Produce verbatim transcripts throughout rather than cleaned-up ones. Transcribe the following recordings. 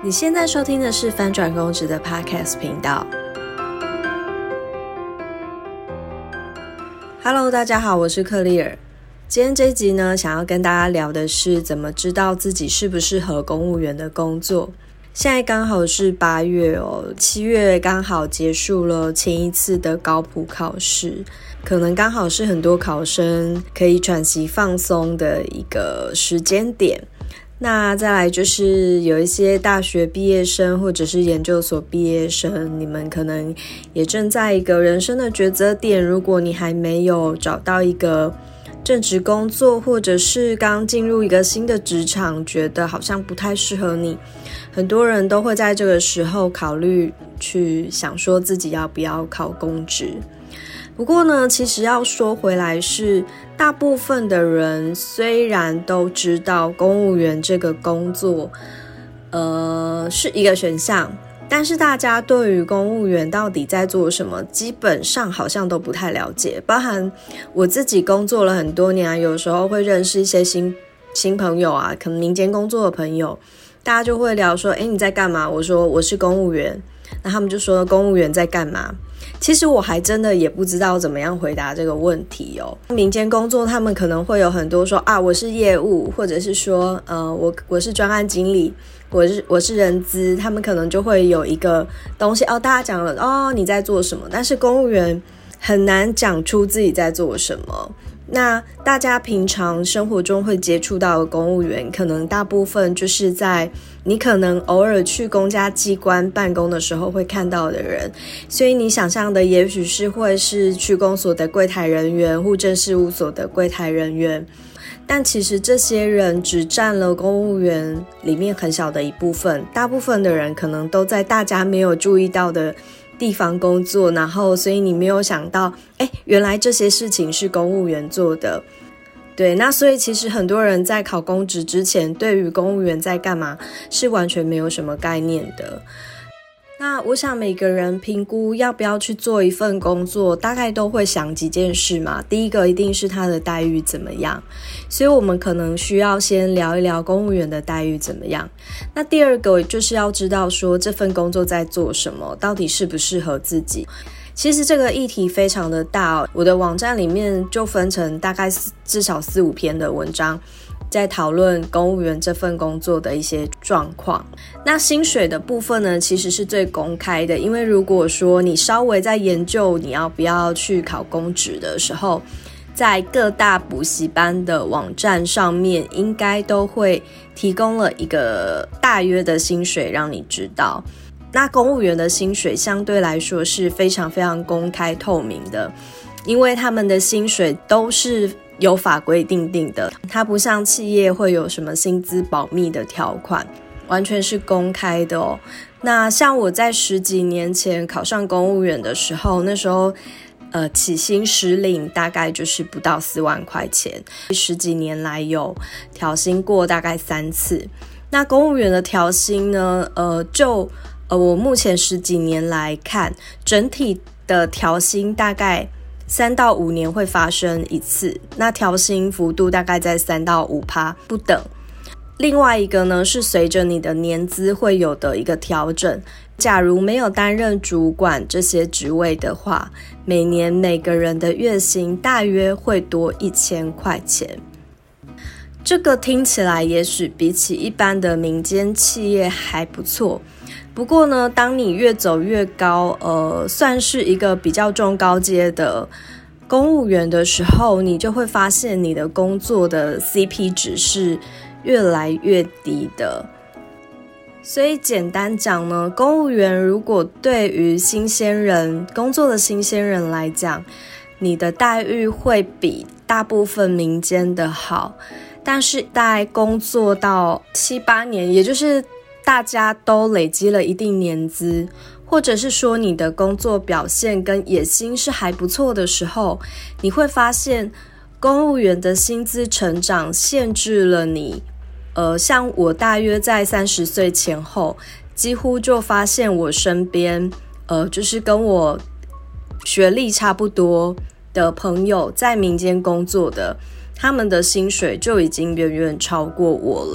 你现在收听的是翻转公职的 Podcast 频道。Hello， 大家好，我是克丽尔。今天这一集呢，想要跟大家聊的是怎么知道自己适不适合公务员的工作。现在刚好是八月哦，七月刚好结束了前一次的高普考试，可能刚好是很多考生可以喘息放松的一个时间点。那再来就是有一些大学毕业生或者是研究所毕业生，你们可能也正在一个人生的抉择点，如果你还没有找到一个正职工作，或者是刚进入一个新的职场，觉得好像不太适合你，很多人都会在这个时候考虑去想说自己要不要考公职。不过呢，其实要说回来是，大部分的人虽然都知道公务员这个工作呃是一个选项，但是大家对于公务员到底在做什么，基本上好像都不太了解。包含我自己工作了很多年啊，有时候会认识一些新新朋友啊，可能民间工作的朋友，大家就会聊说，诶，你在干嘛？我说我是公务员，那他们就说公务员在干嘛？其实我还真的也不知道怎么样回答这个问题哦。民间工作他们可能会有很多说啊，我是业务，或者是说呃，我我是专案经理，我是我是人资，他们可能就会有一个东西哦，大家讲了哦你在做什么，但是公务员很难讲出自己在做什么。那大家平常生活中会接触到的公务员，可能大部分就是在你可能偶尔去公家机关办公的时候会看到的人，所以你想象的也许是会是区公所的柜台人员、户政事务所的柜台人员，但其实这些人只占了公务员里面很小的一部分，大部分的人可能都在大家没有注意到的地方工作，然后所以你没有想到，诶，原来这些事情是公务员做的。对，那所以其实很多人在考公职之前，对于公务员在干嘛是完全没有什么概念的。那我想每个人评估要不要去做一份工作，大概都会想几件事嘛。第一个一定是他的待遇怎么样，所以我们可能需要先聊一聊公务员的待遇怎么样。那第二个就是要知道说这份工作在做什么，到底适不适合自己。其实这个议题非常的大哦，我的网站里面就分成大概至少四五篇的文章，在讨论公务员这份工作的一些状况。那薪水的部分呢，其实是最公开的，因为如果说你稍微在研究你要不要去考公职的时候，在各大补习班的网站上面应该都会提供了一个大约的薪水让你知道。那公务员的薪水相对来说是非常非常公开透明的，因为他们的薪水都是有法规定定的，它不像企业会有什么薪资保密的条款，完全是公开的哦。那像我在十几年前考上公务员的时候，那时候呃起薪实领大概就是不到四万块钱，十几年来有调薪过大概三次。那公务员的调薪呢，呃就呃我目前十几年来看，整体的调薪大概三到五年会发生一次，那调薪幅度大概在三到五趴不等。另外一个呢，是随着你的年资会有的一个调整。假如没有担任主管这些职位的话，每年每个人的月薪大约会多一千块钱。这个听起来也许比起一般的民间企业还不错。不过呢，当你越走越高，呃，算是一个比较中高阶的公务员的时候，你就会发现你的工作的 C P 值是越来越低的。所以简单讲呢，公务员如果对于新鲜人，工作的新鲜人来讲，你的待遇会比大部分民间的好，但是在工作到七八年，也就是大家都累积了一定年资，或者是说你的工作表现跟野心是还不错的时候，你会发现公务员的薪资成长限制了你。呃，像我大约在三十岁前后，几乎就发现我身边，呃，就是跟我学历差不多的朋友，在民间工作的，他们的薪水就已经远远超过我了。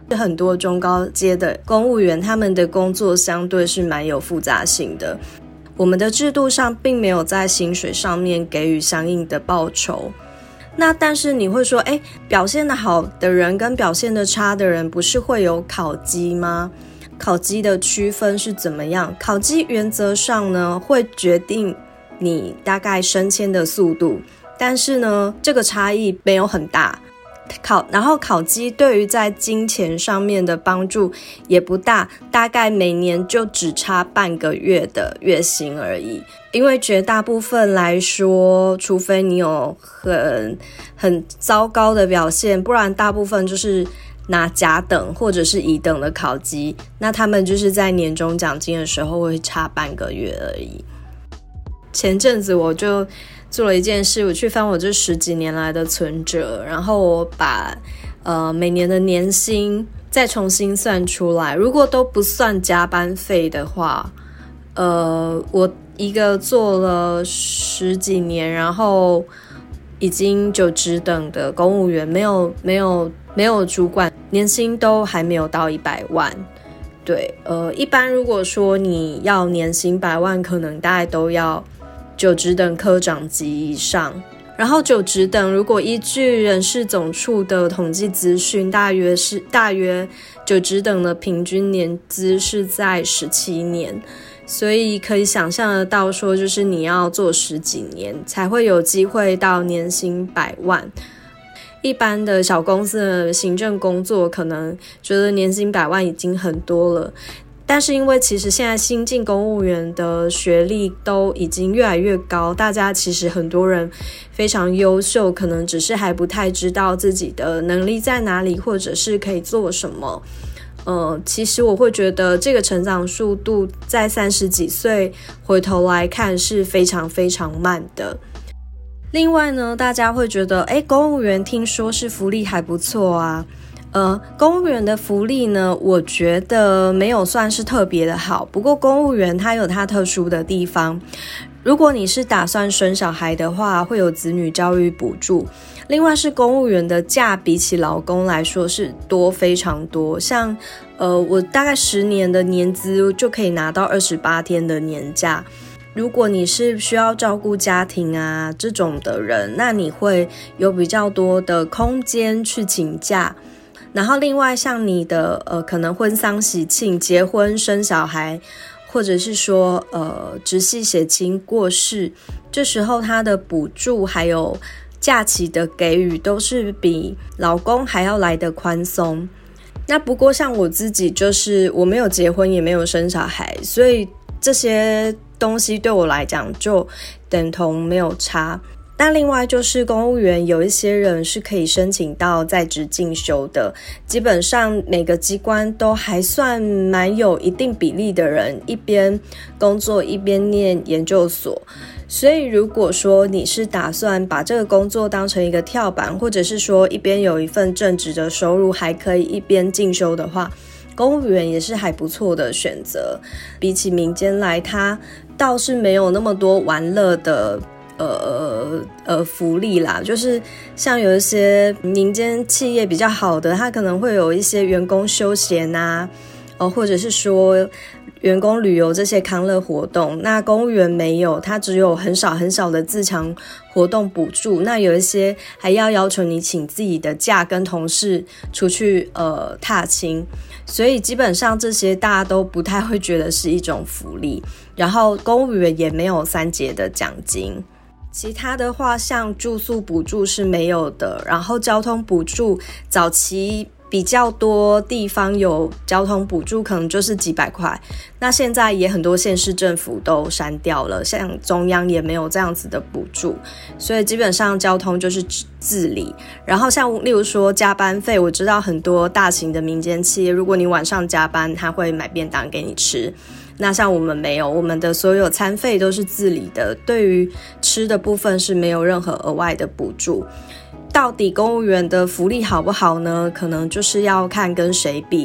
很多中高阶的公务员，他们的工作相对是蛮有复杂性的。我们的制度上并没有在薪水上面给予相应的报酬。那但是你会说，诶，表现得好的人跟表现得差的人不是会有考绩吗？考绩的区分是怎么样？考绩原则上呢，会决定你大概升迁的速度，但是呢，这个差异没有很大。考，然后考绩对于在金钱上面的帮助也不大，大概每年就只差半个月的月薪而已。因为绝大部分来说，除非你有很很糟糕的表现，不然大部分就是拿甲等或者是乙等的考绩，那他们就是在年终奖金的时候会差半个月而已。前阵子我就做了一件事，我去翻我这十几年来的存折，然后我把呃每年的年薪再重新算出来，如果都不算加班费的话，呃，我一个做了十几年，然后已经就职等的公务员，没有没有没有主管，年薪都还没有到一百万。对，呃，一般如果说你要年薪百万，可能大概都要就职等科长级以上。然后就职等如果依据人事总处的统计资讯，大约是大约就职等的平均年资是在十七年，所以可以想象得到说，就是你要做十几年才会有机会到年薪百万。一般的小公司的行政工作可能觉得年薪百万已经很多了，但是因为其实现在新进公务员的学历都已经越来越高，大家其实很多人非常优秀，可能只是还不太知道自己的能力在哪里，或者是可以做什么。呃，其实我会觉得这个成长速度在三十几岁回头来看是非常非常慢的。另外呢，大家会觉得，诶，公务员听说是福利还不错啊。呃，公务员的福利呢，我觉得没有算是特别的好。不过公务员它有它特殊的地方。如果你是打算生小孩的话，会有子女教育补助。另外是公务员的假比起劳工来说是多非常多。像呃，我大概十年的年资就可以拿到二十八天的年假。如果你是需要照顾家庭啊这种的人，那你会有比较多的空间去请假。然后另外像你的呃可能婚丧喜庆、结婚生小孩，或者是说呃直系血亲过世，这时候他的补助还有假期的给予都是比劳工还要来得宽松。那不过像我自己就是我没有结婚也没有生小孩，所以这些东西对我来讲就等同没有差。但另外就是公务员有一些人是可以申请到在职进修的，基本上每个机关都还算蛮有一定比例的人一边工作一边念研究所。所以如果说你是打算把这个工作当成一个跳板，或者是说一边有一份正职的收入还可以一边进修的话，公务员也是还不错的选择。比起民间来，它倒是没有那么多玩乐的呃呃福利啦，就是像有一些民间企业比较好的，它可能会有一些员工休闲啊，呃或者是说员工旅游这些康乐活动，那公务员没有，它只有很少很少的自强活动补助，那有一些还要要求你请自己的假跟同事出去呃踏青，所以基本上这些大家都不太会觉得是一种福利。然后公务员也没有三节的奖金。其他的话像住宿补助是没有的，然后交通补助早期比较多地方有交通补助，可能就是几百块，那现在也很多县市政府都删掉了，像中央也没有这样子的补助，所以基本上交通就是自理。然后像例如说加班费，我知道很多大型的民间企业，如果你晚上加班，他会买便当给你吃，那像我们没有，我们的所有餐费都是自理的，对于吃的部分是没有任何额外的补助。到底公务员的福利好不好呢？可能就是要看跟谁比。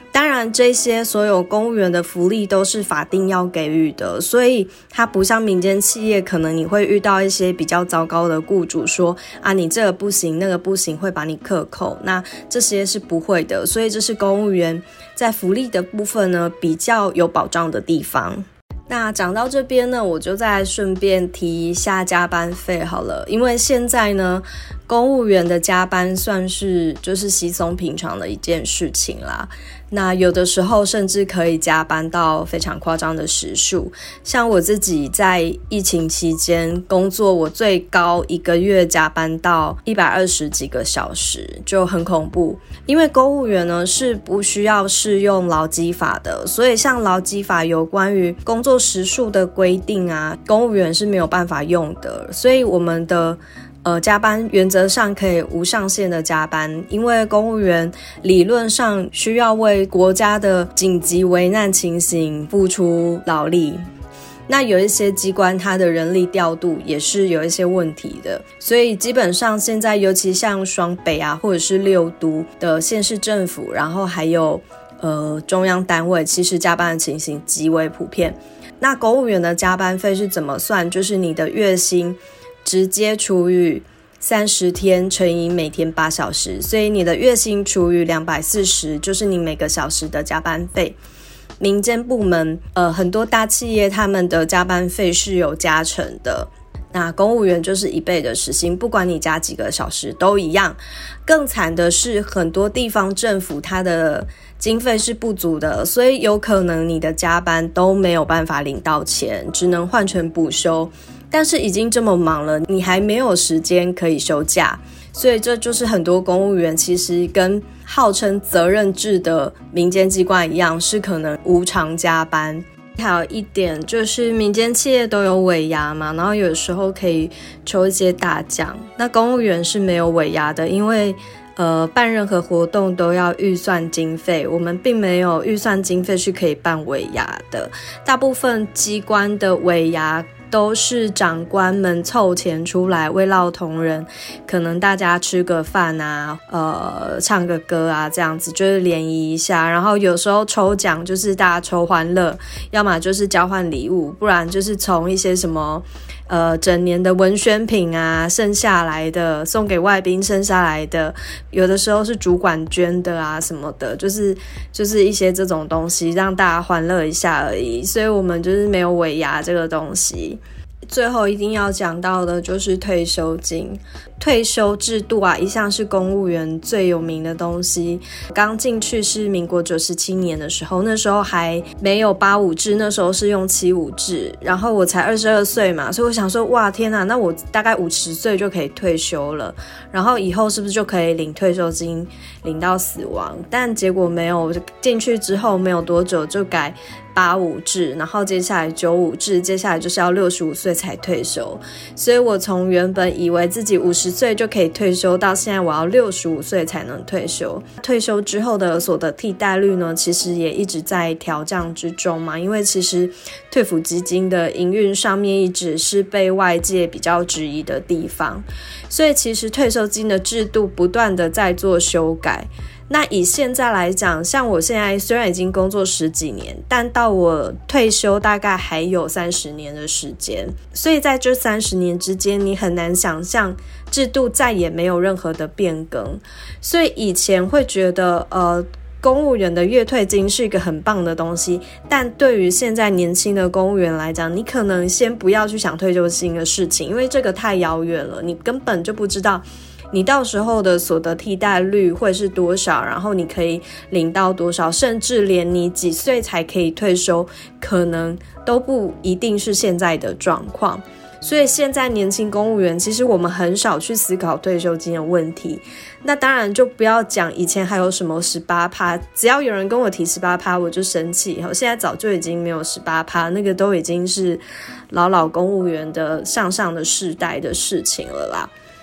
当然这些所有公务员的福利都是法定要给予的，所以它不像民间企业，可能你会遇到一些比较糟糕的雇主说啊，你这个不行那个不行，会把你克扣，那这些是不会的，所以这是公务员在福利的部分呢比较有保障的地方。那讲到这边呢，我就再顺便提一下加班费好了，因为现在呢公务员的加班算是就是稀松平常的一件事情啦，那有的时候甚至可以加班到非常夸张的时数，像我自己在疫情期间工作，我最高一个月加班到一百二十几个小时，就很恐怖。因为公务员呢是不需要适用劳基法的，所以像劳基法有关于工作时数的规定啊，公务员是没有办法用的，所以我们的呃，加班原则上可以无上限的加班，因为公务员理论上需要为国家的紧急危难情形付出劳力。那有一些机关它的人力调度也是有一些问题的，所以基本上现在尤其像双北啊或者是六都的县市政府，然后还有呃中央单位，其实加班的情形极为普遍。那公务员的加班费是怎么算？就是你的月薪直接除以三十天乘以每天八小时，所以你的月薪除以两百四十，就是你每个小时的加班费。民间部门呃，很多大企业他们的加班费是有加成的，那公务员就是一倍的时薪，不管你加几个小时都一样。更惨的是很多地方政府它的经费是不足的，所以有可能你的加班都没有办法领到钱，只能换成补休，但是已经这么忙了，你还没有时间可以休假，所以这就是很多公务员其实跟号称责任制的民间机关一样，是可能无偿加班。还有一点就是民间企业都有尾牙嘛，然后有时候可以抽一些大奖，那公务员是没有尾牙的，因为呃，办任何活动都要预算经费，我们并没有预算经费是可以办尾牙的。大部分机关的尾牙都是长官们凑钱出来慰劳同仁，可能大家吃个饭啊，呃，唱个歌啊，这样子就是联谊一下，然后有时候抽奖就是大家抽欢乐，要么就是交换礼物，不然就是从一些什么呃整年的文宣品啊剩下来的送给外宾，剩下来的有的时候是主管捐的啊什么的，就是就是一些这种东西让大家欢乐一下而已，所以我们就是没有尾牙这个东西。最后一定要讲到的就是退休金。退休制度啊，一向是公务员最有名的东西。刚进去是民国九十七年的时候，那时候还没有八五制，那时候是用七五制，然后我才二十二岁嘛，所以我想说哇天哪，那我大概五十岁就可以退休了，然后以后是不是就可以领退休金领到死亡？但结果没有，进去之后没有多久就改八五制，然后接下来九五制，接下来就是要六十五岁才退休，所以我从原本以为自己五十岁就可以退休，到现在我要六十五岁才能退休。退休之后的所得替代率呢，其实也一直在调降之中嘛，因为其实退抚基金的营运上面一直是被外界比较质疑的地方，所以其实退休金的制度不断的在做修改。那以现在来讲，像我现在虽然已经工作十几年，但到我退休大概还有三十年的时间，所以在这三十年之间，你很难想象制度再也没有任何的变更。所以以前会觉得呃公务员的月退金是一个很棒的东西，但对于现在年轻的公务员来讲，你可能先不要去想退休金的事情，因为这个太遥远了，你根本就不知道你到时候的所得替代率会是多少，然后你可以领到多少，甚至连你几岁才可以退休，可能都不一定是现在的状况。所以现在年轻公务员其实我们很少去思考退休金的问题。那当然就不要讲以前还有什么 百分之十八， 只要有人跟我提 百分之十八 我就生气。现在早就已经没有 百分之十八， 那个都已经是老老公务员的上上的世代的事情了啦。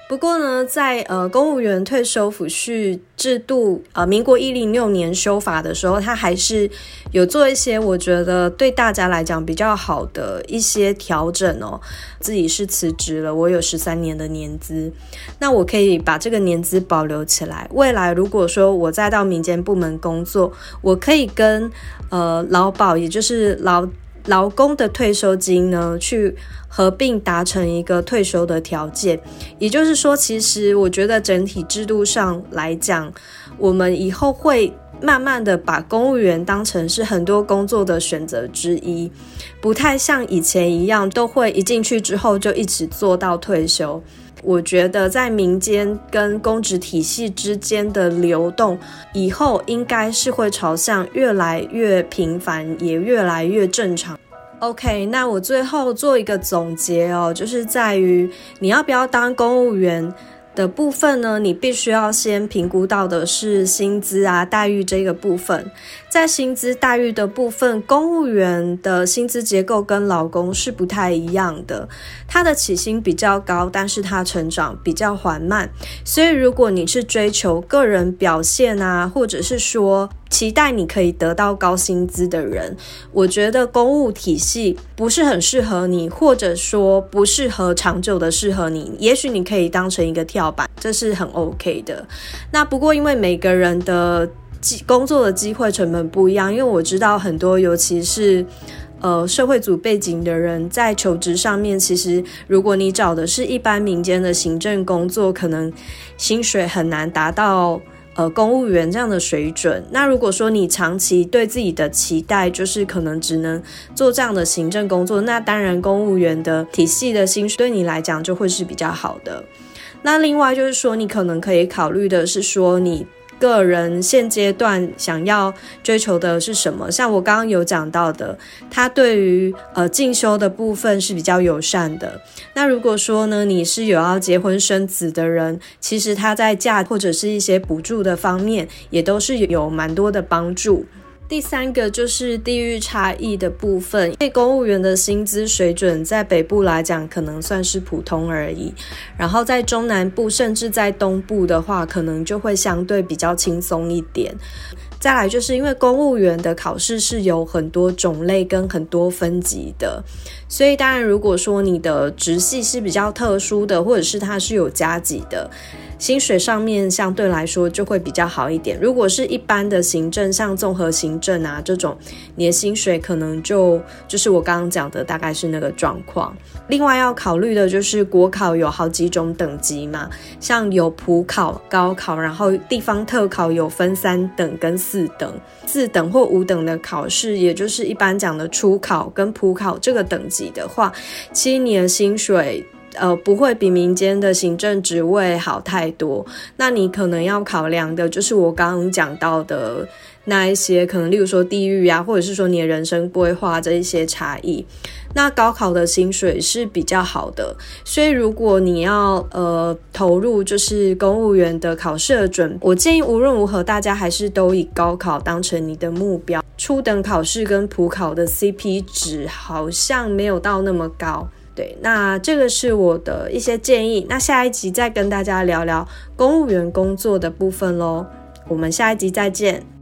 不过呢，在呃公务员退休抚恤制度呃民国一零六年修法的时候，它还是有做一些我觉得对大家来讲比较好的一些调整哦。自己是辞职了，我有十三年的年资，那我可以把这个年资保留起来。未来如果说我再到民间部门工作，我可以跟呃劳保，也就是劳劳工的退休金呢，去合并达成一个退休的条件。也就是说，其实我觉得整体制度上来讲，我们以后会慢慢的把公务员当成是很多工作的选择之一，不太像以前一样都会一进去之后就一直做到退休。我觉得在民间跟公职体系之间的流动，以后应该是会朝向越来越频繁，也越来越正常。OK， 那我最后做一个总结哦，就是在于你要不要当公务员的部分呢，你必须要先评估到的是薪资啊、待遇这个部分。在薪资待遇的部分，公务员的薪资结构跟劳工是不太一样的，它的起薪比较高，但是它成长比较缓慢。所以如果你是追求个人表现啊，或者是说期待你可以得到高薪资的人，我觉得公务体系不是很适合你，或者说不适合长久的适合你。也许你可以当成一个跳板，这是很 OK 的。那不过因为每个人的工作的机会成本不一样，因为我知道很多尤其是呃社会组背景的人在求职上面，其实如果你找的是一般民间的行政工作，可能薪水很难达到呃公务员这样的水准。那如果说你长期对自己的期待就是可能只能做这样的行政工作，那当然公务员的体系的薪水对你来讲就会是比较好的。那另外就是说，你可能可以考虑的是说，你个人现阶段想要追求的是什么？像我刚刚有讲到的，他对于呃进修的部分是比较友善的。那如果说呢，你是有要结婚生子的人，其实他在假或者是一些补助的方面，也都是有蛮多的帮助。第三个就是地域差异的部分，因为公务员的薪资水准在北部来讲可能算是普通而已，然后在中南部甚至在东部的话，可能就会相对比较轻松一点。再来就是因为公务员的考试是有很多种类跟很多分级的，所以当然如果说你的职系是比较特殊的，或者是它是有加级的，薪水上面相对来说就会比较好一点。如果是一般的行政，像综合行政啊这种，你的薪水可能就就是我刚刚讲的大概是那个状况。另外要考虑的就是国考有好几种等级嘛，像有普考、高考，然后地方特考有分三等跟四等，四等或五等的考试，也就是一般讲的初考跟普考这个等级的话，其实你的薪水呃，不会比民间的行政职位好太多。那你可能要考量的就是我刚刚讲到的那一些，可能例如说地域啊，或者是说你的人生规划这一些差异。那高考的薪水是比较好的，所以如果你要呃投入就是公务员的考试的准，我建议无论如何大家还是都以高考当成你的目标。初等考试跟普考的 C P 值好像没有到那么高。对，那这个是我的一些建议。那下一集再跟大家聊聊公务员工作的部分咯，我们下一集再见。